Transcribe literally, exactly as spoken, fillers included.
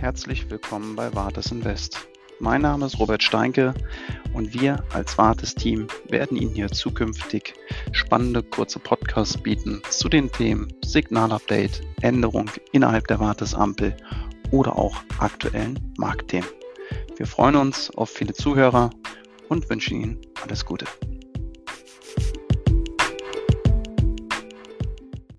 Herzlich willkommen bei Vartis Invest. Mein Name ist Robert Steinke und wir als Vartis-Team werden Ihnen hier zukünftig spannende kurze Podcasts bieten zu den Themen Signalupdate, Änderung innerhalb der Vartis-Ampel oder auch aktuellen Marktthemen. Wir freuen uns auf viele Zuhörer und wünschen Ihnen alles Gute.